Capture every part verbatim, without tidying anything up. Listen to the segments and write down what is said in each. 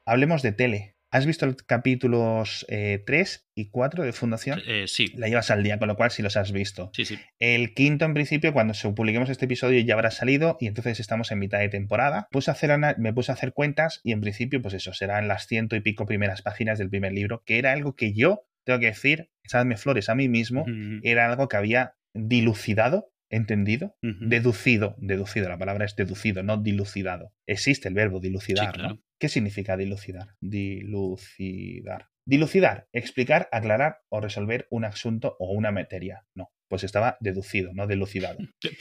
hablemos de tele. ¿Has visto los capítulos eh, tres y cuatro de Fundación? Eh, sí. La llevas al día, con lo cual sí los has visto. Sí, sí. El quinto, en principio, cuando se publiquemos este episodio ya habrá salido y entonces estamos en mitad de temporada. Puse a hacer ana- me puse a hacer cuentas y en principio, pues eso, serán las ciento y pico primeras páginas del primer libro, que era algo que yo, tengo que decir, echadme flores a mí mismo, Uh-huh. era algo que había dilucidado, entendido, Uh-huh. deducido, deducido, la palabra es deducido, no dilucidado. Existe el verbo dilucidar, Sí, claro. ¿no? ¿Qué significa dilucidar? Dilucidar. Dilucidar, explicar, aclarar o resolver un asunto o una materia. No, pues estaba deducido, no dilucidado.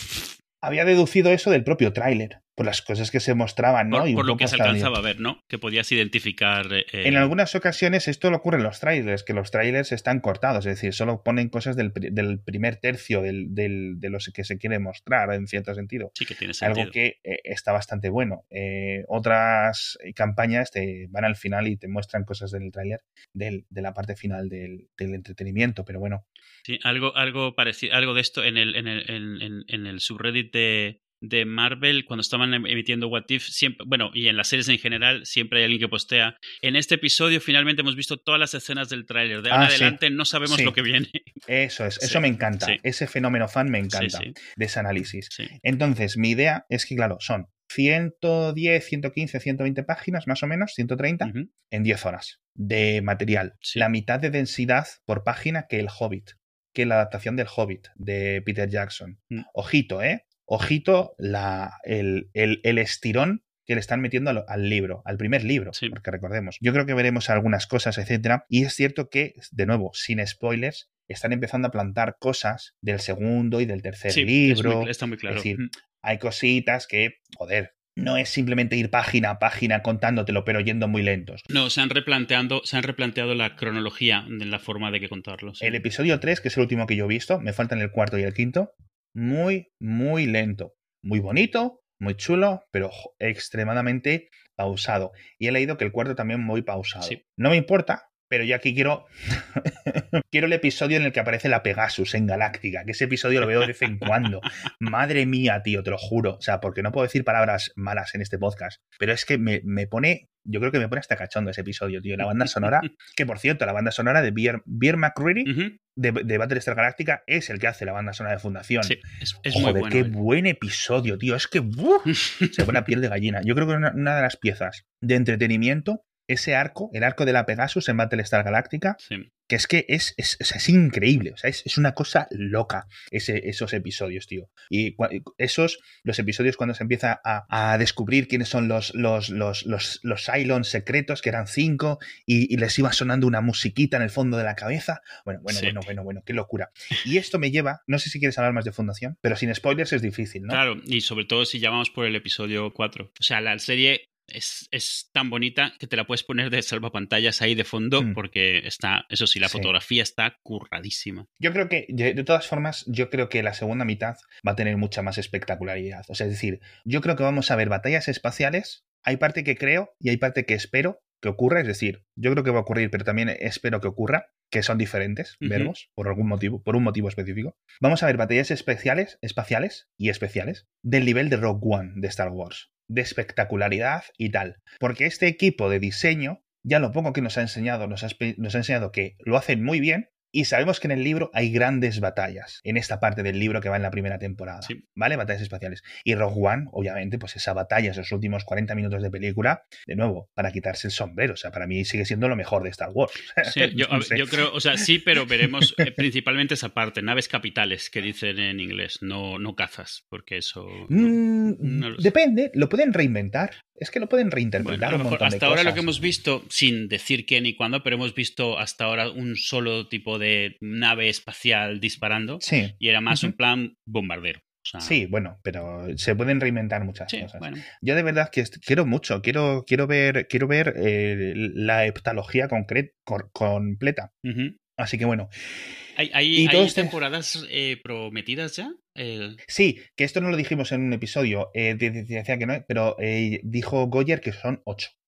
Había deducido eso del propio tráiler, por las cosas que se mostraban, ¿no? Por, y un por lo poco que se hasta alcanzaba a ver, ¿no? Que podías identificar... Eh, en algunas ocasiones esto lo ocurre en los trailers, que los trailers están cortados, es decir, solo ponen cosas del, del primer tercio del, del, de los que se quiere mostrar, en cierto sentido. Sí, que tiene sentido. Algo que eh, está bastante bueno. Eh, otras campañas te van al final y te muestran cosas del trailer del, de la parte final del, del entretenimiento, pero bueno. Sí, algo, algo parecido, algo de esto en el, en el, en, en, en el subreddit de... de Marvel, cuando estaban emitiendo What If, siempre, bueno, y en las series en general, siempre hay alguien que postea. En este episodio finalmente hemos visto todas las escenas del tráiler. De ahora Ah, en adelante sí. no sabemos Sí. lo que viene. Eso es, Sí, eso me encanta. sí. Ese fenómeno fan me encanta, Sí, sí. de ese análisis. Sí. Entonces, mi idea es que, claro, son ciento diez, ciento quince, ciento veinte páginas, más o menos, ciento treinta, uh-huh. en diez horas de material. Sí. La mitad de densidad por página que El Hobbit, que la adaptación del Hobbit de Peter Jackson. Mm. Ojito, ¿eh? Ojito la, el, el, el estirón que le están metiendo al, al libro, al primer libro, sí. Porque recordemos, yo creo que veremos algunas cosas, etcétera, y es cierto que, de nuevo, sin spoilers, están empezando a plantar cosas del segundo y del tercer sí, libro. Es muy, está muy claro. Es decir, mm. hay cositas que, joder, no es simplemente ir página a página contándotelo, pero yendo muy lentos. No, se han replanteado, se han replanteado la cronología de la forma de que contarlo. Sí. El episodio tres, que es el último que yo he visto, me faltan el cuarto y el quinto, muy, muy lento. Muy bonito, muy chulo, pero extremadamente pausado. Y he leído que el cuarto también muy pausado. Sí. No me importa, pero yo aquí quiero quiero el episodio en el que aparece la Pegasus en Galáctica, que ese episodio lo veo de vez en cuando. Madre mía, tío, te lo juro. O sea, porque no puedo decir palabras malas en este podcast, pero es que me, me pone, yo creo que me pone hasta cachondo ese episodio, tío. La banda sonora, que por cierto, la banda sonora de Beer, Beer McCreary, uh-huh. de, de Battlestar Galactica, es el que hace la banda sonora de Fundación. Sí, es, es Joder, muy bueno. qué eh. buen episodio, tío. Es que ¡buf! Se pone a piel de gallina. Yo creo que una, una de las piezas de entretenimiento, ese arco, el arco de la Pegasus en Battlestar Galactica, sí. que es que es, es, es, es increíble. O sea, es, es una cosa loca ese, esos episodios, tío. Y esos, los episodios cuando se empieza a, a descubrir quiénes son los, los, los, los, los Cylons secretos, que eran cinco, y, y les iba sonando una musiquita en el fondo de la cabeza. Bueno, bueno, sí. bueno, bueno, bueno, qué locura. Y esto me lleva, no sé si quieres hablar más de Fundación, pero sin spoilers es difícil, ¿no? Claro, y sobre todo si llamamos por el episodio cuatro. O sea, la serie es, es tan bonita que te la puedes poner de salvapantallas ahí de fondo, mm. porque está, eso sí, la sí. fotografía está curradísima. Yo creo que, de, de todas formas, yo creo que la segunda mitad va a tener mucha más espectacularidad. O sea, es decir, yo creo que vamos a ver batallas espaciales. Hay parte que creo y hay parte que espero que ocurra. Es decir, yo creo que va a ocurrir, pero también espero que ocurra, que son diferentes uh-huh. verbos, por algún motivo, por un motivo específico. Vamos a ver batallas especiales, espaciales y especiales del nivel de Rogue One de Star Wars, de espectacularidad y tal. Porque este equipo de diseño, ya lo poco que nos ha enseñado, nos ha, nos ha enseñado que lo hacen muy bien. Y sabemos que en el libro hay grandes batallas, en esta parte del libro que va en la primera temporada, sí. ¿vale? Batallas espaciales. Y Rogue One, obviamente, pues esa batalla, esos últimos cuarenta minutos de película, de nuevo, para quitarse el sombrero. O sea, para mí sigue siendo lo mejor de Star Wars. Sí, yo, no sé. yo creo, o sea, sí, pero veremos eh, principalmente esa parte, naves capitales, que dicen en inglés, no, no cazas, porque eso... Mm, no, no depende, lo pueden reinventar. Es que lo pueden reinterpretar bueno, un montón hasta de ahora cosas. Lo que hemos visto, sin decir qué ni cuándo, pero hemos visto hasta ahora un solo tipo de nave espacial disparando. Sí. Y era más uh-huh. un plan bombardero. O sea... Sí, bueno, pero se pueden reinventar muchas sí, cosas. Bueno. Yo de verdad que quiero mucho, quiero, quiero ver, quiero ver eh, la heptalogía concret, con, completa. Uh-huh. Así que bueno. ¿Hay, hay, ¿hay este... temporadas eh, prometidas ya? Eh... Sí, que esto no lo dijimos en un episodio, eh, decía que no, pero eh, dijo Goyer que son ocho.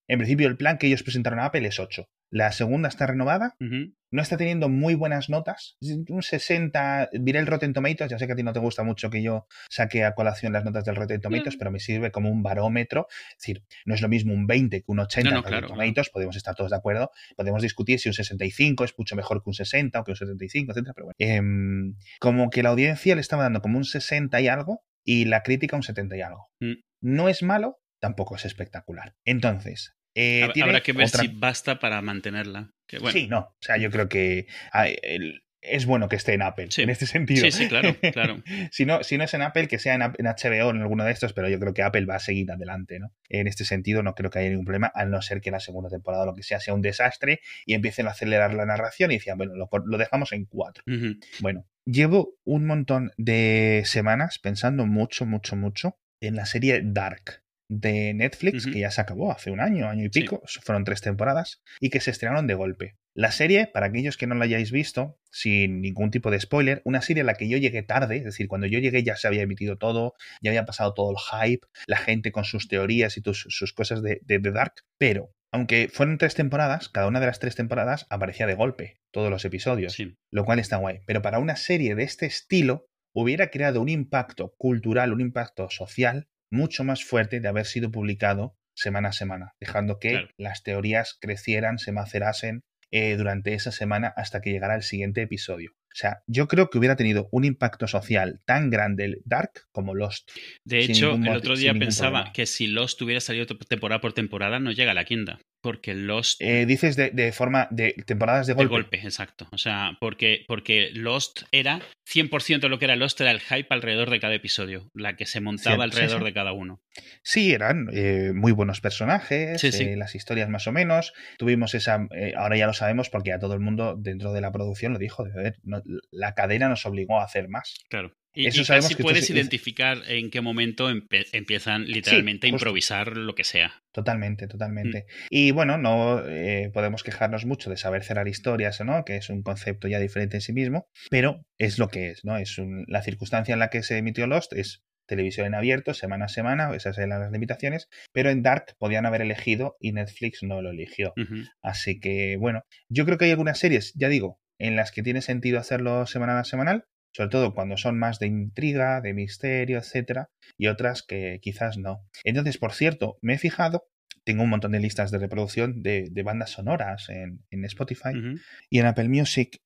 En principio, el plan que ellos presentaron a Apple es ocho. La segunda está renovada, uh-huh. no está teniendo muy buenas notas, un sesenta, diré el Rotten Tomatoes, ya sé que a ti no te gusta mucho que yo saque a colación las notas del Rotten Tomatoes, mm. pero me sirve como un barómetro, es decir, no es lo mismo un veinte que un ochenta no, no, en Rotten claro, Tomatoes, claro. Podemos estar todos de acuerdo, podemos discutir si un sesenta y cinco es mucho mejor que un sesenta o que un setenta y cinco, etcétera, pero bueno, eh, como que la audiencia le estaba dando como un sesenta y algo y la crítica un setenta y algo. Mm. No es malo, tampoco es espectacular. Entonces, Eh, Habrá que ver otra... si basta para mantenerla. Que bueno. Sí, no. O sea, yo creo que el, es bueno que esté en Apple, sí. en este sentido. Sí, sí, claro, claro. si, no, si no es en Apple, que sea en, en H B O o en alguno de estos, pero yo creo que Apple va a seguir adelante, ¿no? En este sentido no creo que haya ningún problema, al no ser que la segunda temporada o lo que sea sea un desastre y empiecen a acelerar la narración y decían, bueno, lo, lo dejamos en cuatro. Uh-huh. Bueno, llevo un montón de semanas pensando mucho, mucho, mucho en la serie Dark de Netflix, uh-huh. que ya se acabó hace un año, año y pico, sí. Fueron tres temporadas, y que se estrenaron de golpe. La serie, para aquellos que no la hayáis visto, sin ningún tipo de spoiler, una serie a la que yo llegué tarde, es decir, cuando yo llegué ya se había emitido todo, ya había pasado todo el hype, la gente con sus teorías y tus, sus cosas de, de, de Dark, pero aunque fueron tres temporadas, cada una de las tres temporadas aparecía de golpe, todos los episodios, sí. Lo cual está guay. Pero para una serie de este estilo, hubiera creado un impacto cultural, un impacto social, mucho más fuerte de haber sido publicado semana a semana, dejando que claro. las teorías crecieran, se macerasen eh, durante esa semana hasta que llegara el siguiente episodio. O sea, yo creo que hubiera tenido un impacto social tan grande el Dark como Lost. De hecho, el otro día pensaba problema. que si Lost hubiera salido temporada por temporada, no llega a la quinta. Porque Lost... Eh, dices de, de forma de temporadas de golpe. De golpe, exacto. O sea, porque, porque Lost era cien por ciento de lo que era Lost era el hype alrededor de cada episodio, la que se montaba Cierto, alrededor sí, sí. de cada uno. Sí, eran eh, muy buenos personajes, sí, sí. Eh, las historias más o menos. Tuvimos esa... Eh, ahora ya lo sabemos porque a todo el mundo dentro de la producción lo dijo. De ver, no, la cadena nos obligó a hacer más. Claro. Y, Eso y sabemos casi que puedes es, identificar es... en qué momento empe empiezan literalmente sí, a improvisar lo que sea. Totalmente, totalmente. Mm. Y bueno, no eh, podemos quejarnos mucho de saber cerrar historias o no, que es un concepto ya diferente en sí mismo, pero es lo que es, ¿no? Es un, la circunstancia en la que se emitió Lost es televisión en abierto, semana a semana, esas eran las limitaciones, pero en Dark podían haber elegido y Netflix no lo eligió. Uh-huh. Así que, bueno, yo creo que hay algunas series, ya digo, en las que tiene sentido hacerlo semanal a semanal, sobre todo cuando son más de intriga, de misterio, etcétera, y otras que quizás no. Entonces, por cierto, me he fijado, tengo un montón de listas de reproducción de, de bandas sonoras en, en Spotify uh-huh. y en Apple Music,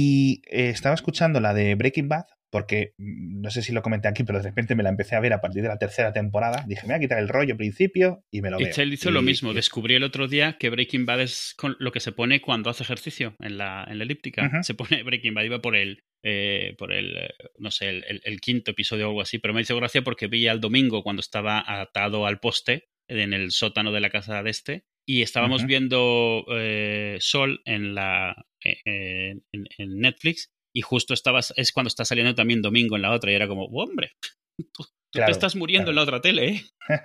y eh, estaba escuchando la de Breaking Bad, porque no sé si lo comenté aquí, pero de repente me la empecé a ver a partir de la tercera temporada. Dije, me voy a quitar el rollo principio y me lo veo. Él hizo y, lo mismo. Y... Descubrí el otro día que Breaking Bad es con lo que se pone cuando hace ejercicio en la, en la elíptica. Uh-huh. Se pone Breaking Bad, iba por el, eh, por el no sé, el, el, el quinto episodio o algo así, pero me hizo gracia porque vi al domingo cuando estaba atado al poste en el sótano de la casa de este y estábamos uh-huh. viendo eh, Sol en, la, eh, en, en Netflix. Y justo estabas, es cuando está saliendo también domingo en la otra y era como, oh, hombre, tú, tú claro, te estás muriendo claro. en la otra tele, ¿eh?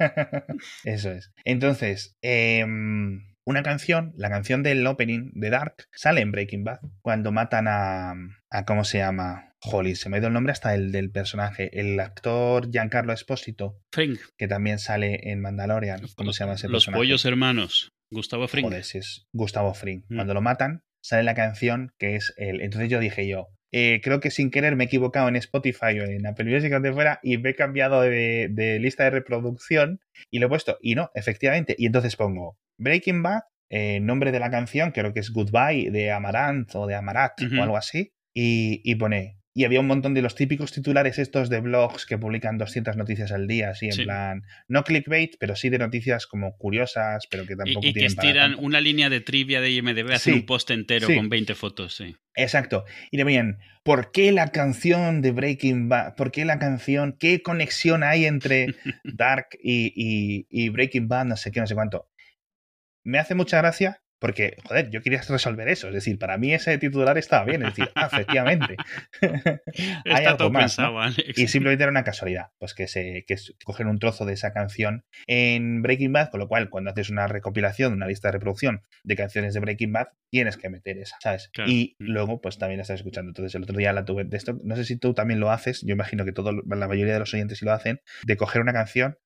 Eso es. Entonces, eh, una canción, la canción del opening de Dark, sale en Breaking Bad cuando matan a, a ¿cómo se llama? Jolly, se me ha ido el nombre hasta el del personaje, el actor Giancarlo Espósito, Fring, que también sale en Mandalorian. ¿Cómo los, se llama ese los personaje? Los pollos hermanos, Gustavo Fring. Joder, si es Gustavo Fring. Mm. Cuando lo matan, sale la canción que es él. Entonces yo dije yo, eh, creo que sin querer me he equivocado en Spotify o en Apple Music donde fuera y me he cambiado de, de lista de reproducción y lo he puesto. Y no, efectivamente. Y entonces pongo Breaking Bad, eh, nombre de la canción, creo que es Goodbye de Amaranth o de Amarat uh-huh. o algo así. Y, y pone... Y había un montón de los típicos titulares estos de blogs que publican doscientas noticias al día, así en sí. plan, no clickbait, pero sí de noticias como curiosas, pero que tampoco y, y tienen que para estiran tanto. Una línea de trivia de I M D B, hacen sí. un post entero sí. con veinte fotos, sí. Exacto. Y le veían, ¿por qué la canción de Breaking Bad? ¿Por qué la canción? ¿Qué conexión hay entre Dark y, y, y Breaking Bad? No sé qué, no sé cuánto. Me hace mucha gracia. Porque, joder, yo quería resolver eso. Es decir, para mí ese titular estaba bien. Es decir, ah, efectivamente. Hay Está algo todo más, pensado, ¿no? Alex. Y simplemente era una casualidad. Pues que, se, que cogen un trozo de esa canción en Breaking Bad, con lo cual, cuando haces una recopilación, una lista de reproducción de canciones de Breaking Bad, tienes que meter esa, ¿sabes? Claro. Y luego, pues también la estás escuchando. Entonces, el otro día la tuve de esto. No sé si tú también lo haces. Yo imagino que todo, la mayoría de los oyentes sí lo hacen. De coger una canción,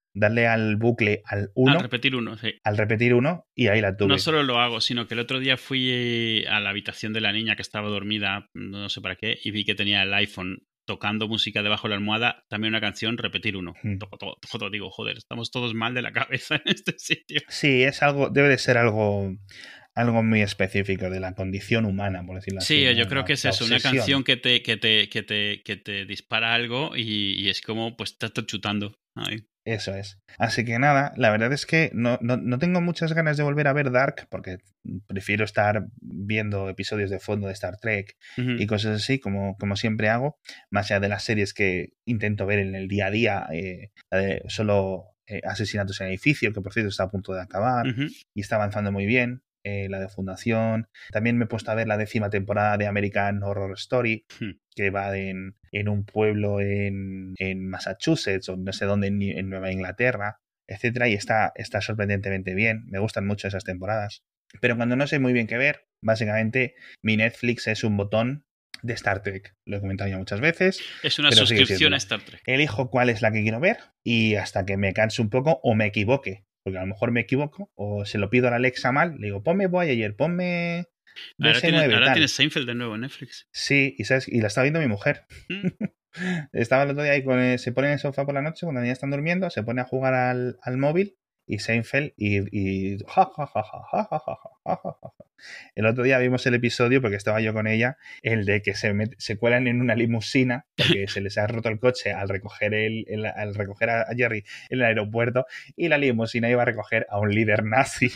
darle al bucle al uno. Al repetir uno, sí. Al repetir uno y ahí la tuve. No solo lo hago, sino que el otro día fui a la habitación de la niña que estaba dormida, no sé para qué, y vi que tenía el iPhone tocando música debajo de la almohada, también una canción, repetir uno. Hmm. Todo, todo, todo, digo, joder, estamos todos mal de la cabeza en este sitio. Sí, es algo, debe de ser algo... algo muy específico de la condición humana, por decirlo así. Sí, ¿no? yo creo la, que es eso, obsesión. Una canción que te, que te, que te, que te dispara algo y, y es como, pues, te estás chutando. Ay. Eso es. Así que nada, la verdad es que no, no, no tengo muchas ganas de volver a ver Dark porque prefiero estar viendo episodios de fondo de Star Trek uh-huh. y cosas así, como, como siempre hago, más allá de las series que intento ver en el día a día, eh, de solo eh, Asesinatos en el Edificio, que por cierto está a punto de acabar uh-huh. y está avanzando muy bien. Eh, la de Fundación. También me he puesto a ver la décima temporada de American Horror Story, hmm. que va en, en un pueblo en, en Massachusetts o no sé dónde, en, en Nueva Inglaterra, etcétera, y está, está sorprendentemente bien. Me gustan mucho esas temporadas. Pero cuando no sé muy bien qué ver, básicamente mi Netflix es un botón de Star Trek. Lo he comentado ya muchas veces. Es una suscripción a Star Trek. Elijo cuál es la que quiero ver y hasta que me canse un poco o me equivoque. Porque a lo mejor me equivoco o se lo pido a la Alexa mal, le digo, ponme Voyager, ponme D S nueve. Ahora, tiene, ahora tienes Seinfeld de nuevo en Netflix. Sí, y, ¿sabes? y la está viendo mi mujer. ¿Mm? Estaba el otro día ahí, con el, se pone en el sofá por la noche, cuando ya están durmiendo, se pone a jugar al, al móvil y Seinfeld y, y ja, ja, ja, ja, ja, ja, ja, ja, ja, ja. El otro día vimos el episodio, porque estaba yo con ella, el de que se, met, se cuelan en una limusina porque se les ha roto el coche al recoger, el, el, al recoger a Jerry en el aeropuerto y la limusina iba a recoger a un líder nazi.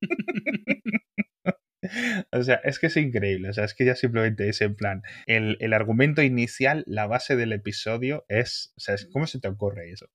O sea, es que es increíble. O sea, es que ya simplemente es en plan. El, el argumento inicial, la base del episodio es. O sea, ¿cómo se te ocurre eso?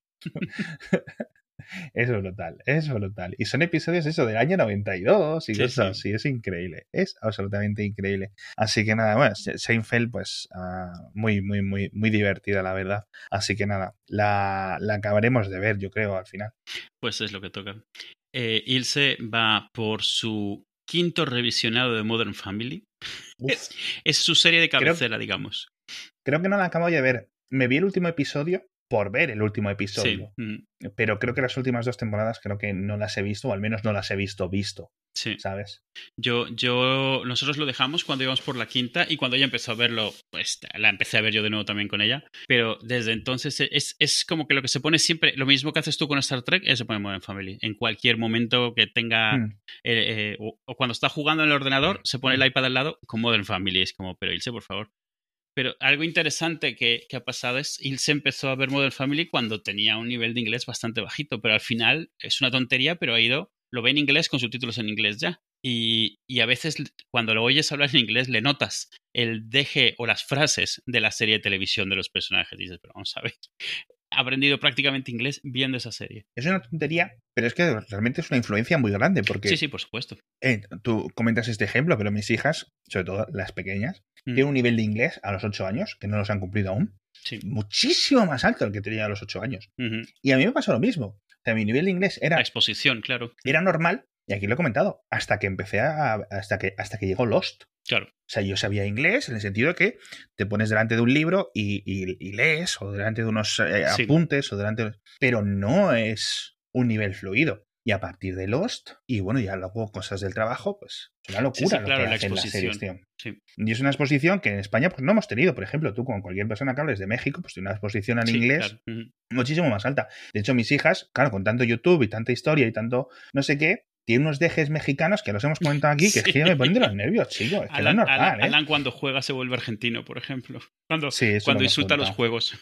Es brutal, es brutal. Y son episodios eso del año noventa y dos y sí, cosas sí. así. Es increíble. Es absolutamente increíble. Así que nada, bueno, Seinfeld, pues uh, muy, muy, muy, muy divertida, la verdad. Así que nada, la, la acabaremos de ver, yo creo, al final. Pues es lo que toca. Eh, Ilse va por su quinto revisionado de Modern Family. Es, es su serie de cabecera, creo, digamos. Creo que no la acabo de ver. Me vi el último episodio por ver el último episodio. Sí. Mm. Pero creo que las últimas dos temporadas creo que no las he visto, o al menos no las he visto visto. Sí. ¿Sabes? Yo, yo, nosotros lo dejamos cuando íbamos por la quinta y cuando ella empezó a verlo, pues la empecé a ver yo de nuevo también con ella. Pero desde entonces es, es como que lo que se pone siempre, lo mismo que haces tú con Star Trek, es se pone Modern Family. En cualquier momento que tenga, mm. eh, eh, o, o cuando está jugando en el ordenador, se pone el iPad al lado con Modern Family. Es como, pero Ilse, por favor. Pero algo interesante que, que ha pasado es Ilse empezó a ver Modern Family cuando tenía un nivel de inglés bastante bajito, pero al final es una tontería, pero ha ido, lo ve en inglés con subtítulos en inglés ya. Y, y a veces cuando lo oyes hablar en inglés le notas el deje o las frases de la serie de televisión de los personajes. Y dices, pero vamos a ver, ha aprendido prácticamente inglés viendo esa serie. Es una tontería, pero es que realmente es una influencia muy grande porque... Sí, sí, por supuesto. Eh, tú comentas este ejemplo, pero mis hijas, sobre todo las pequeñas, mm. tienen un nivel de inglés a los ocho años, que no los han cumplido aún, sí. muchísimo más alto del que tenía a los ocho años. Uh-huh. Y a mí me pasó lo mismo. O sea, mi nivel de inglés era... La exposición, claro. Era normal, y aquí lo he comentado, hasta que empecé a... hasta que, hasta que llegó Lost. Claro. O sea, yo sabía inglés en el sentido de que te pones delante de un libro y, y, y lees, o delante de unos eh, apuntes, sí. o delante de... Pero no es un nivel fluido. Y a partir de Lost, y bueno, ya luego cosas del trabajo, pues es una locura sí, sí, lo claro, que la hacen exposición. las series, tío. Sí. Y es una exposición que en España pues no hemos tenido. Por ejemplo, tú con cualquier persona que hables de México, pues tiene una exposición en sí, inglés claro. uh-huh. muchísimo más alta. De hecho, mis hijas, claro, con tanto YouTube y tanta historia y tanto no sé qué, tiene unos dejes mexicanos que los hemos comentado aquí, que sí. es que ya me ponen de los nervios, chico. Es que Alan, no es normal, Alan, ¿eh? Alan cuando juega se vuelve argentino, por ejemplo. Cuando, sí, cuando insulta los juegos.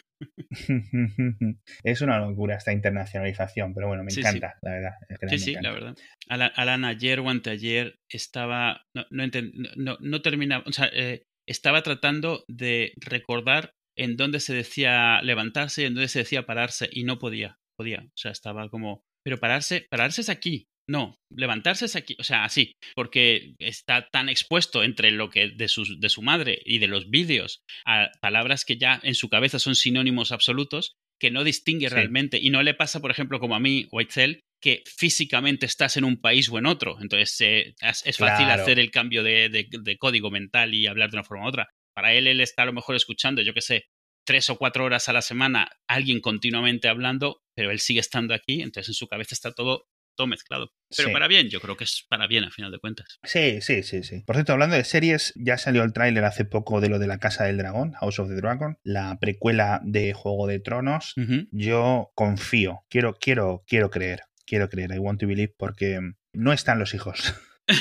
Es una locura esta internacionalización, pero bueno, me sí, encanta, sí. la verdad. Es que sí, me sí, encanta. la verdad. Alan, Alan ayer o anteayer estaba... No, no, ent- no, no terminaba... O sea, eh, estaba tratando de recordar en dónde se decía levantarse y en dónde se decía pararse y no podía. Podía. O sea, estaba como... Pero pararse, pararse es aquí. No, levantarse es aquí, o sea, así, porque está tan expuesto entre lo que de su, de su madre y de los vídeos a palabras que ya en su cabeza son sinónimos absolutos, que no distingue sí. realmente, y no le pasa, por ejemplo, como a mí o a Itzel, que físicamente estás en un país o en otro, entonces eh, es fácil Claro. hacer el cambio de, de, de código mental y hablar de una forma u otra. Para él, él está a lo mejor escuchando, yo qué sé, tres o cuatro horas a la semana alguien continuamente hablando, pero él sigue estando aquí, entonces en su cabeza está todo, todo mezclado. Pero Sí. para bien, yo creo que es para bien a final de cuentas. Sí, sí, sí, sí. Por cierto, hablando de series, ya salió el tráiler hace poco de lo de la Casa del Dragón, House of the Dragon, la precuela de Juego de Tronos. Uh-huh. Yo confío, quiero, quiero, quiero creer, quiero creer, I want to believe, porque no están los hijos.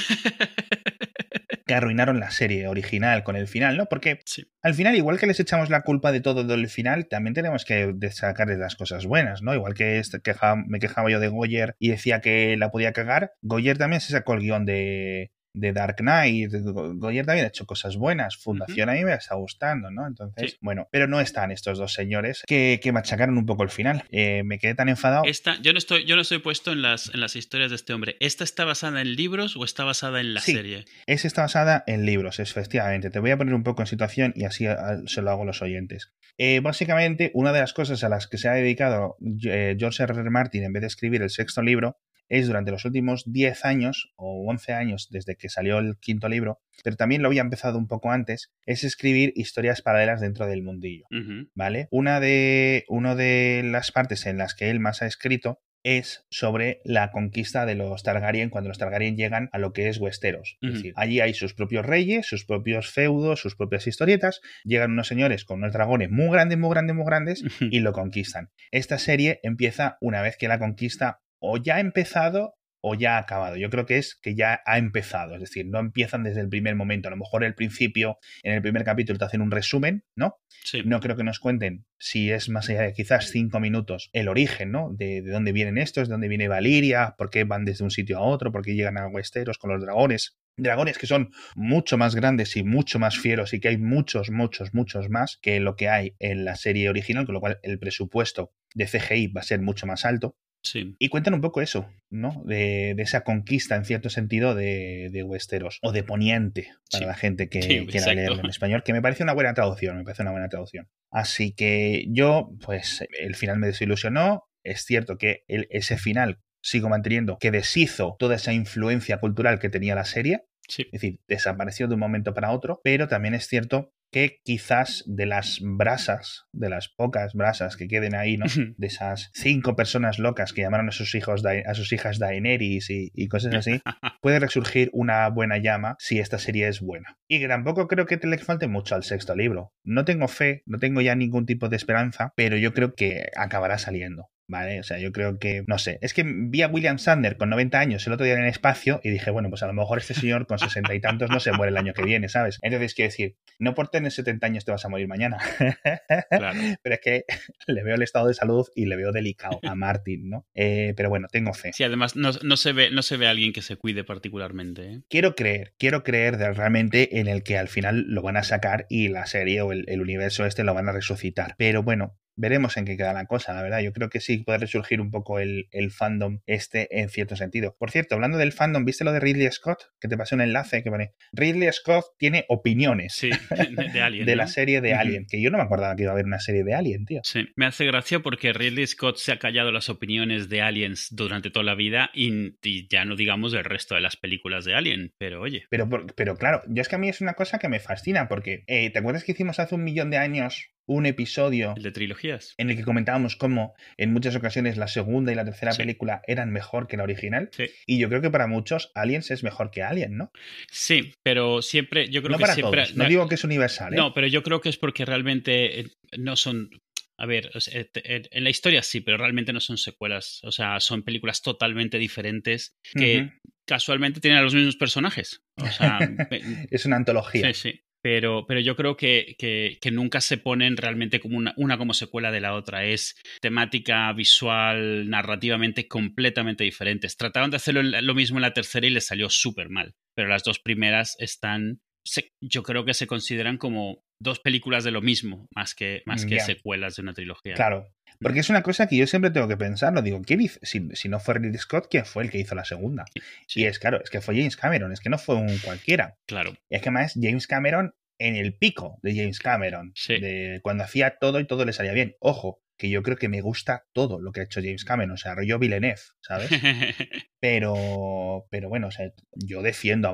Que arruinaron la serie original con el final, ¿no? Porque sí. al final, igual que les echamos la culpa de todo del final, también tenemos que sacarles las cosas buenas, ¿no? Igual que este, queja, me quejaba yo de Goyer y decía que la podía cagar, Goyer también se sacó el guión de, de Dark Knight, Goyer también ha hecho cosas buenas, Fundación uh-huh. a mí me está gustando, ¿no? Entonces, sí. bueno, pero no están estos dos señores que, que machacaron un poco el final. Eh, me quedé tan enfadado. Esta, yo no estoy, yo no estoy puesto en las, en las historias de este hombre. ¿Esta está basada en libros o está basada en la sí, serie? Esta está basada en libros, efectivamente. Te voy a poner un poco en situación y así a, se lo hago a los oyentes. Eh, básicamente, una de las cosas a las que se ha dedicado eh, George R R. Martin en vez de escribir el sexto libro es durante los últimos diez años o once años desde que salió el quinto libro, pero también lo había empezado un poco antes, es escribir historias paralelas dentro del mundillo, uh-huh. ¿vale? Una de, una de las partes en las que él más ha escrito es sobre la conquista de los Targaryen cuando los Targaryen llegan a lo que es Westeros. Uh-huh. Es decir, allí hay sus propios reyes, sus propios feudos, sus propias historietas, llegan unos señores con unos dragones muy grandes, muy grandes, muy grandes uh-huh. y lo conquistan. Esta serie empieza una vez que la conquista o ya ha empezado o ya ha acabado. Yo creo que es que ya ha empezado, es decir, no empiezan desde el primer momento. A lo mejor el principio, en el primer capítulo te hacen un resumen, ¿no? Sí. No creo que nos cuenten, si es más allá de quizás cinco minutos, el origen, ¿no? De, de dónde vienen estos, de dónde viene Valyria, por qué van desde un sitio a otro, por qué llegan a Westeros con los dragones. Dragones que son mucho más grandes y mucho más fieros y que hay muchos, muchos, muchos más que lo que hay en la serie original, con lo cual el presupuesto de C G I va a ser mucho más alto. Sí. Y cuentan un poco eso, ¿no? De, de esa conquista, en cierto sentido, de, de Westeros. O de Poniente, para sí. la gente que sí, quiera leerlo en español, que me parece una buena traducción, me parece una buena traducción. Así que yo, pues, el final me desilusionó. Es cierto que el, ese final sigo manteniendo que deshizo toda esa influencia cultural que tenía la serie. Sí. Es decir, desapareció de un momento para otro, pero también es cierto que quizás de las brasas, de las pocas brasas que queden ahí, ¿no? De esas cinco personas locas que llamaron a sus hijos, a sus hijas Daenerys y, y cosas así, puede resurgir una buena llama si esta serie es buena. Y que tampoco creo que te le falte mucho al sexto libro. No tengo fe, no tengo ya ningún tipo de esperanza, pero yo creo que acabará saliendo. Vale, o sea, yo creo que, no sé, es que vi a William Shatner con noventa años el otro día en el espacio y dije, bueno, pues a lo mejor este señor con sesenta y tantos no se muere el año que viene, ¿sabes? Entonces, quiero decir, no por tener setenta años te vas a morir mañana. Claro. Pero es que le veo el estado de salud y le veo delicado a Martin, ¿no? Eh, pero bueno, tengo fe. Sí, además no, no, se ve, no se ve a alguien que se cuide particularmente, ¿eh? Quiero creer, quiero creer de realmente en el que al final lo van a sacar y la serie o el, el universo este lo van a resucitar. Pero bueno, veremos en qué queda la cosa, la verdad. Yo creo que sí puede resurgir un poco el, el fandom este en cierto sentido. Por cierto, hablando del fandom, ¿viste lo de Ridley Scott? Que te pasé un enlace que pone Ridley Scott tiene opiniones sí, de, de Alien, de ¿no? la serie de uh-huh. Alien, que yo no me acordaba que iba a haber una serie de Alien, tío. Sí, me hace gracia porque Ridley Scott se ha callado las opiniones de Aliens durante toda la vida y, y ya no digamos el resto de las películas de Alien, pero oye. Pero, pero claro, yo es que a mí es una cosa que me fascina porque, eh, ¿te acuerdas que hicimos hace un millón de años un episodio el de trilogías en el que comentábamos cómo en muchas ocasiones la segunda y la tercera sí. película eran mejor que la original? Sí. Y yo creo que para muchos Aliens es mejor que Alien, ¿no? Sí, pero siempre yo creo no que para siempre todos. No digo que es universal, ¿eh? No, pero yo creo que es porque realmente no son. A ver, en la historia sí, pero realmente no son secuelas. O sea, son películas totalmente diferentes que uh-huh. casualmente tienen a los mismos personajes. O sea, es una antología. Sí, sí. Pero, pero yo creo que, que, que nunca se ponen realmente como una, una como secuela de la otra. Es temática, visual, narrativamente completamente diferentes. Trataron de hacerlo lo mismo en la tercera y les salió súper mal. Pero las dos primeras están... Se, yo creo que se consideran como dos películas de lo mismo, más que, más que yeah. secuelas de una trilogía. Claro. Porque es una cosa que yo siempre tengo que pensar, lo digo, ¿quién hizo? Si, si no fue Ridley Scott, ¿quién fue el que hizo la segunda? Sí. Y es claro, es que fue James Cameron, es que no fue un cualquiera. Claro. Y es que además James Cameron en el pico de James Cameron, sí. de cuando hacía todo y todo le salía bien. Ojo, que yo creo que me gusta todo lo que ha hecho James Cameron, o sea, rollo Villeneuve, ¿sabes? pero, pero bueno, o sea, yo defiendo Avatar.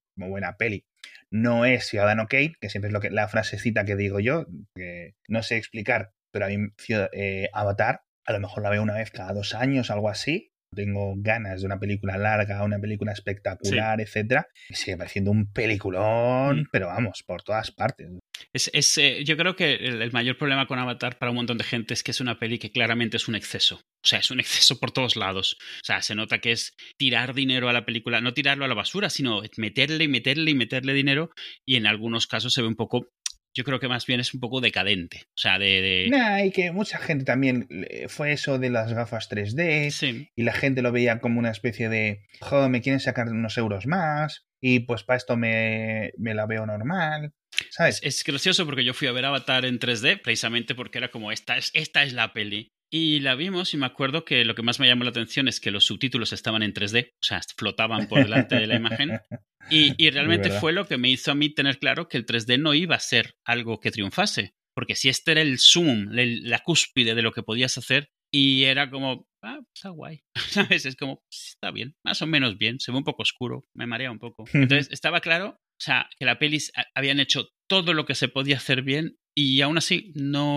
muy buena peli. No es Ciudadano Kane, que siempre es lo que, la frasecita que digo yo, que no sé explicar, pero a mí eh, Avatar, a lo mejor la veo una vez cada dos años, algo así. Tengo ganas de una película larga, una película espectacular, sí. etcétera. Me sigue pareciendo un peliculón, mm. pero vamos, por todas partes. Es, es, eh, yo creo que el, el mayor problema con Avatar para un montón de gente es que es una peli que claramente es un exceso. O sea, es un exceso por todos lados. O sea, se nota que es tirar dinero a la película, no tirarlo a la basura, sino meterle y meterle y meterle dinero. Y en algunos casos se ve un poco... Yo creo que más bien es un poco decadente. O sea, de... de... Nah, y que mucha gente también fue eso de las gafas tres D. Sí. Y la gente lo veía como una especie de... Joder, me quieren sacar unos euros más. Y pues para esto me, me la veo normal. ¿Sabes? Es, es gracioso porque yo fui a ver Avatar en tres D precisamente porque era como esta es, esta es la peli. Y la vimos y me acuerdo que lo que más me llamó la atención es que los subtítulos estaban en tres D, o sea, flotaban por delante de la imagen. Y, y realmente fue lo que me hizo a mí tener claro que el tres D no iba a ser algo que triunfase. Porque si este era el zoom, el, la cúspide de lo que podías hacer, y era como, ah, está guay. ¿Sabes? Es como, está bien, más o menos bien, se ve un poco oscuro, me marea un poco. Entonces, estaba claro, o sea, que la peli habían hecho todo lo que se podía hacer bien y aún así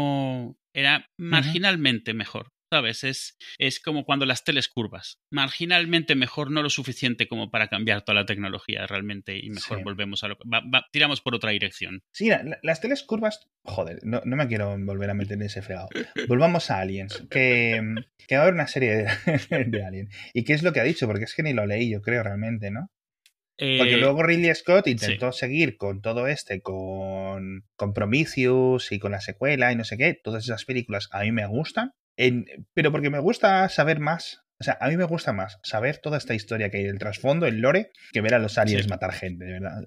no era marginalmente uh-huh. mejor, ¿sabes? Es, es como cuando las teles curvas. Marginalmente mejor, no lo suficiente como para cambiar toda la tecnología realmente y mejor sí. volvemos a lo va, va, tiramos por otra dirección. Sí, la, las teles curvas, joder, no, no me quiero volver a meter en ese fregado. Volvamos a Aliens, que, que va a haber una serie de, de Aliens. ¿Y qué es lo que ha dicho? Porque es que ni lo leí, yo creo, realmente, ¿no? Porque eh, luego Ridley Scott intentó sí. seguir con todo este, con, con Prometheus y con la secuela y no sé qué. Todas esas películas a mí me gustan, en, pero porque me gusta saber más. O sea, a mí me gusta más saber toda esta historia que hay del trasfondo, el lore, que ver a los aliens sí. matar gente, de verdad.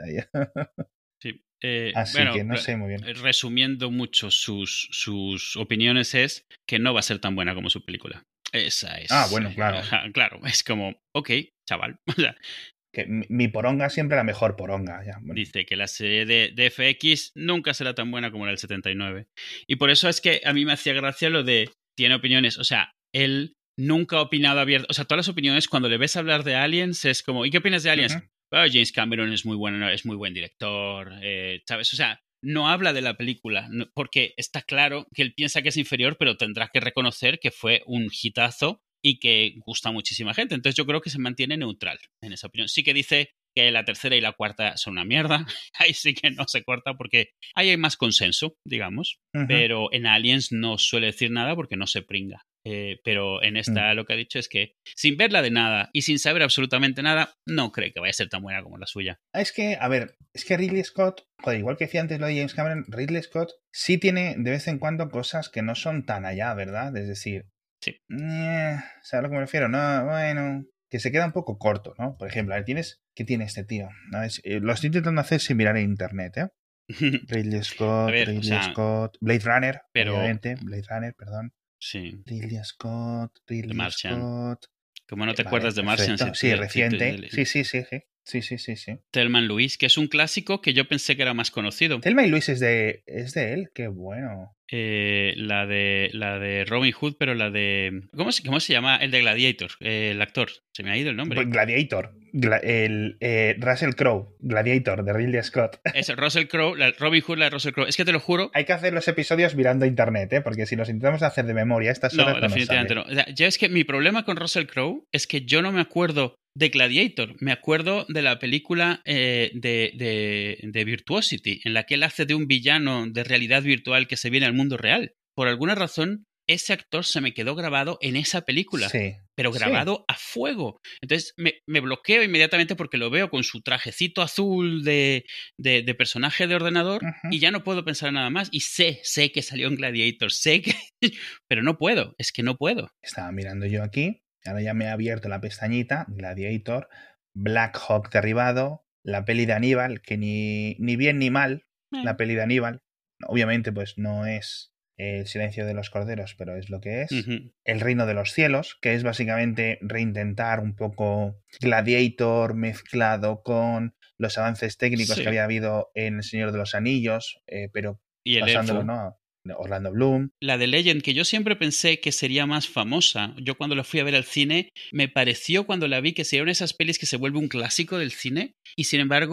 Sí. Eh, Así bueno, que no sé muy bien. Resumiendo mucho sus, sus opiniones es que no va a ser tan buena como su película. Esa es. Ah, bueno, claro. Eh, claro, es como, ok, chaval. O sea, que mi poronga siempre la mejor poronga. Ya, bueno. Dice que la serie de, de F X nunca será tan buena como la del setenta y nueve. Y por eso es que a mí me hacía gracia lo de tiene opiniones. O sea, él nunca ha opinado abierto. O sea, todas las opiniones, cuando le ves hablar de Aliens, es como, ¿y qué opinas de Aliens? Uh-huh. Oh, James Cameron es muy bueno, es muy buen director, eh, ¿sabes? O sea, no habla de la película, no, porque está claro que él piensa que es inferior, pero tendrá que reconocer que fue un hitazo y que gusta a muchísima gente. Entonces yo creo que se mantiene neutral en esa opinión. Sí que dice que la tercera y la cuarta son una mierda. Ahí sí que no se corta porque ahí hay más consenso, digamos. Uh-huh. Pero en Aliens no suele decir nada porque no se pringa. Eh, pero en esta uh-huh. lo que ha dicho es que sin verla de nada y sin saber absolutamente nada, no cree que vaya a ser tan buena como la suya. Es que, a ver, es que Ridley Scott, joder, igual que decía antes lo de James Cameron, Ridley Scott sí tiene de vez en cuando cosas que no son tan allá, ¿verdad? Es decir, sí. Eh, ¿sabes a lo que me refiero? No, bueno, que se queda un poco corto, ¿no? Por ejemplo, a ver, tienes, ¿qué tiene este tío? A ver, eh, lo estoy intentando hacer sin mirar en internet, ¿eh? Ridley Scott, ver, Ridley o sea, Scott, Blade Runner, pero... obviamente, Blade Runner, perdón. Sí. Ridley Scott, Ridley Scott. ¿Cómo no te vale, acuerdas de Martian? Si sí, te, reciente. Si te... sí, sí, sí, sí. Sí, sí, sí, sí. Thelma y Louise, que es un clásico que yo pensé que era más conocido. Thelma y Louise es de, es de él, qué bueno. Eh, la de la de Robin Hood, pero la de... ¿Cómo se, cómo se llama? El de Gladiator, eh, el actor. Se me ha ido el nombre. Pues Gladiator. Gla el eh, Russell Crowe. Gladiator, de Ridley Scott. Es Russell Crowe, la Robin Hood, la de Russell Crowe. Es que te lo juro... Hay que hacer los episodios mirando internet, ¿eh? Porque si los intentamos hacer de memoria, estas horas no, definitivamente no. no. O sea, yo es que mi problema con Russell Crowe es que yo no me acuerdo de Gladiator. Me acuerdo de la película eh, de, de, de Virtuosity, en la que él hace de un villano de realidad virtual que se viene al mundo real. Por alguna razón, ese actor se me quedó grabado en esa película, sí, pero grabado sí. a fuego. Entonces me, me bloqueo inmediatamente porque lo veo con su trajecito azul de, de, de personaje de ordenador uh-huh. y ya no puedo pensar nada más. Y sé, sé que salió en Gladiator, sé que... pero no puedo, es que no puedo. Estaba mirando yo aquí. Ahora ya me he abierto la pestañita, Gladiator, Black Hawk derribado, la peli de Aníbal, que ni, ni bien ni mal, eh. la peli de Aníbal. Obviamente, pues no es El silencio de los corderos, pero es lo que es. Uh-huh. El reino de los cielos, que es básicamente reintentar un poco Gladiator mezclado con los avances técnicos sí. que había habido en El Señor de los Anillos, eh, pero y el pasándolo, elfo. ¿no? Orlando Bloom. La de Legend, que yo siempre pensé que sería más famosa. Yo cuando la fui a ver al cine, me pareció cuando la vi que serían esas pelis que se vuelve un clásico del cine. Y sin embargo,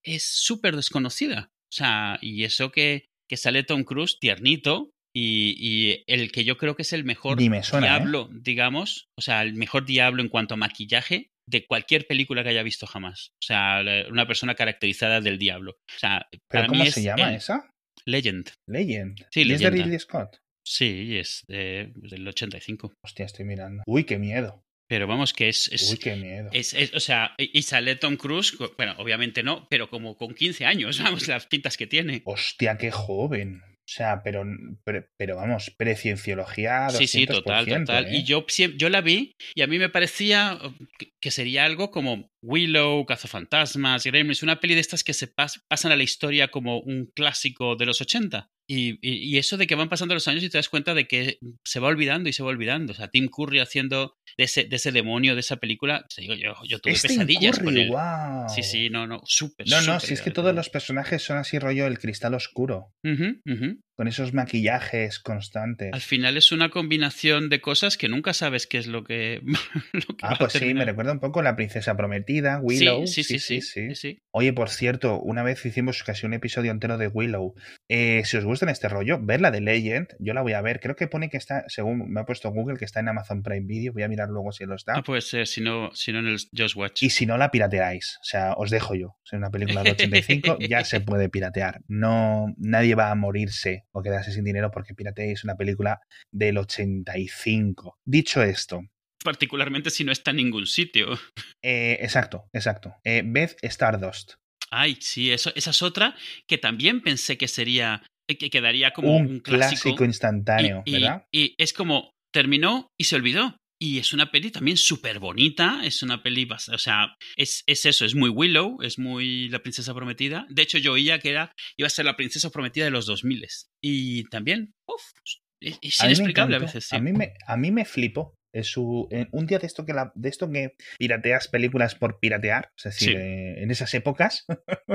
es súper desconocida. O sea, y eso que, que sale Tom Cruise tiernito y, y el que yo creo que es el mejor Ni me suena, diablo, ¿eh? digamos, o sea, el mejor diablo en cuanto a maquillaje de cualquier película que haya visto jamás. O sea, una persona caracterizada del diablo. O sea, ¿Pero para mí cómo se es llama el esa? Legend. Legend. Sí, ¿Y es de leyenda. Ridley Scott? Sí, es de, del ochenta y cinco. Hostia, estoy mirando. Uy, qué miedo. Pero vamos, que es, Uy, es, qué miedo. es, es, o sea, y sale Tom Cruise, bueno, obviamente no, pero como con quince años, vamos, las pintas que tiene. Hostia, qué joven. O sea, pero, pero, pero vamos, precienciología Sí, sí, doscientos por total, ciento, total. Y ¿eh? yo, yo la vi y a mí me parecía que sería algo como Willow, Cazafantasmas, Gremlins, una peli de estas que se pas pasan a la historia como un clásico de los ochenta. Y, y, y eso de que van pasando los años y te das cuenta de que se va olvidando y se va olvidando. O sea, Tim Curry haciendo de ese, de ese demonio de esa película, te digo, yo, yo tuve Es Tim pesadillas Curry, con él. wow. Sí, sí, no, no, súper, No, no, súper si es que grave todos también. los personajes son así rollo el cristal oscuro. Uh-huh, uh-huh. Con esos maquillajes constantes. Al final es una combinación de cosas que nunca sabes qué es lo que, lo que Ah, va pues a sí, me terminar. recuerda un poco a La Princesa Prometida, Sí, Willow. sí, Sí, sí, sí, sí, sí. sí, sí. Oye, por cierto, una vez hicimos casi un episodio entero de Willow. Eh, si os gusta este rollo, ver la de Legend, yo la voy a ver. Creo que pone que está, según me ha puesto Google, que está en Amazon Prime Video. Voy a mirar luego si lo Ah, está. puede ser, si no, si no en el Just Watch. Y si no, la pirateáis. O sea, os dejo yo. Si es una película de ochenta y cinco, ya se puede piratear. No, nadie va a morirse o quedarse sin dinero porque pirateéis una película del ochenta y cinco. Dicho esto. Particularmente si no está en ningún sitio. Eh, exacto, exacto. Eh, ved Stardust. Ay, sí, eso, esa es otra que también pensé que sería, que quedaría como Un un clásico. clásico instantáneo, y, y, ¿verdad? y es como, terminó y se olvidó. Y es una peli también súper bonita, es una peli, o sea, es, es eso, es muy Willow, es muy La Princesa Prometida. De hecho, yo oía que era, iba a ser la Princesa Prometida de los dos mil. Y también, uf, es, es A mí me inexplicable a encantó. veces, sí. A mí me, a mí me flipó. Es su, en un día de esto, que la, de esto que pirateas películas por piratear, es decir, Sí. eh, en esas épocas,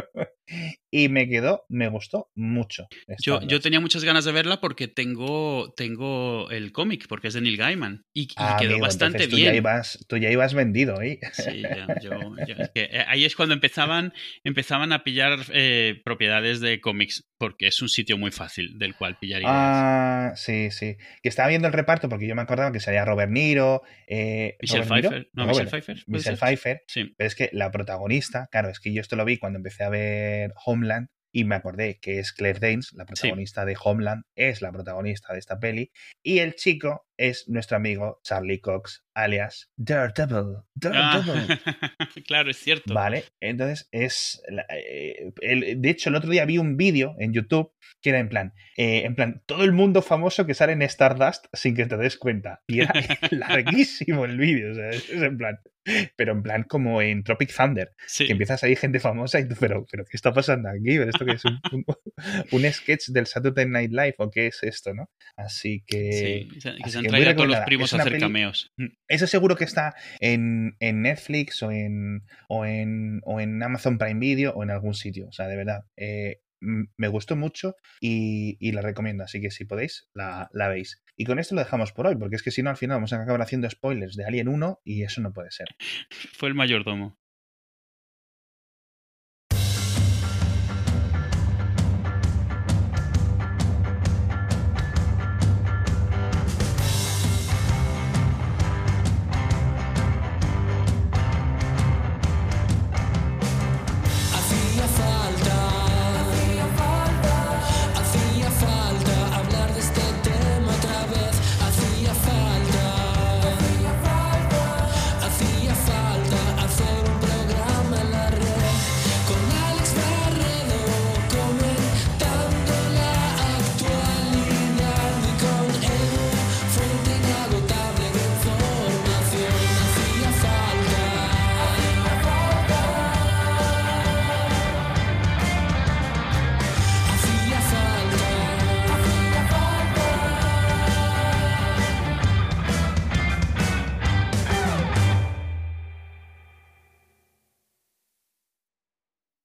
y me quedó, me gustó mucho. Yo, yo tenía muchas ganas de verla porque tengo, tengo el cómic, porque es de Neil Gaiman, y, y Ah, quedó amigo, bastante entonces tú bien. ya ibas, tú ya ibas vendido, ¿eh? Sí, ya, yo, yo, es que ahí es cuando empezaban, empezaban a pillar eh, propiedades de cómics, porque es un sitio muy fácil del cual pillar ideas. Ah, sí, sí. Que estaba viendo el reparto porque yo me acordaba que salía Robert Niro. Eh, Michelle ¿Robert Niro? Pfeiffer, no, Robert, Michelle Pfeiffer, ¿puede Michelle ser? Pfeiffer. Sí. Pero es que la protagonista, claro, es que yo esto lo vi cuando empecé a ver Homeland y me acordé que es Claire Danes, la protagonista sí. de Homeland, es la protagonista de esta peli. Y el chico es nuestro amigo Charlie Cox, alias Daredevil. Daredevil. Ah, claro, es cierto. Vale, entonces es... Eh, el, de hecho, el otro día vi un vídeo en YouTube que era en plan, eh, en plan, todo el mundo famoso que sale en Stardust sin que te des cuenta. Y era larguísimo el vídeo, o sea, es en plan... Pero en plan como en Tropic Thunder, sí. que empieza a salir gente famosa y tú, pero, pero ¿qué está pasando aquí? ¿Esto qué es? ¿Un, un, un sketch del Saturday Night Live o qué es esto, no? Así que... Sí, que así se han que traído a todos los primos a hacer peli... cameos. Eso seguro que está en, en Netflix o en, o, en, o en Amazon Prime Video o en algún sitio. O sea, de verdad, eh, me gustó mucho y, y la recomiendo. Así que si podéis, la, la veis. Y con esto lo dejamos por hoy, porque es que si no, al final vamos a acabar haciendo spoilers de Alien uno y eso no puede ser. Fue el mayordomo.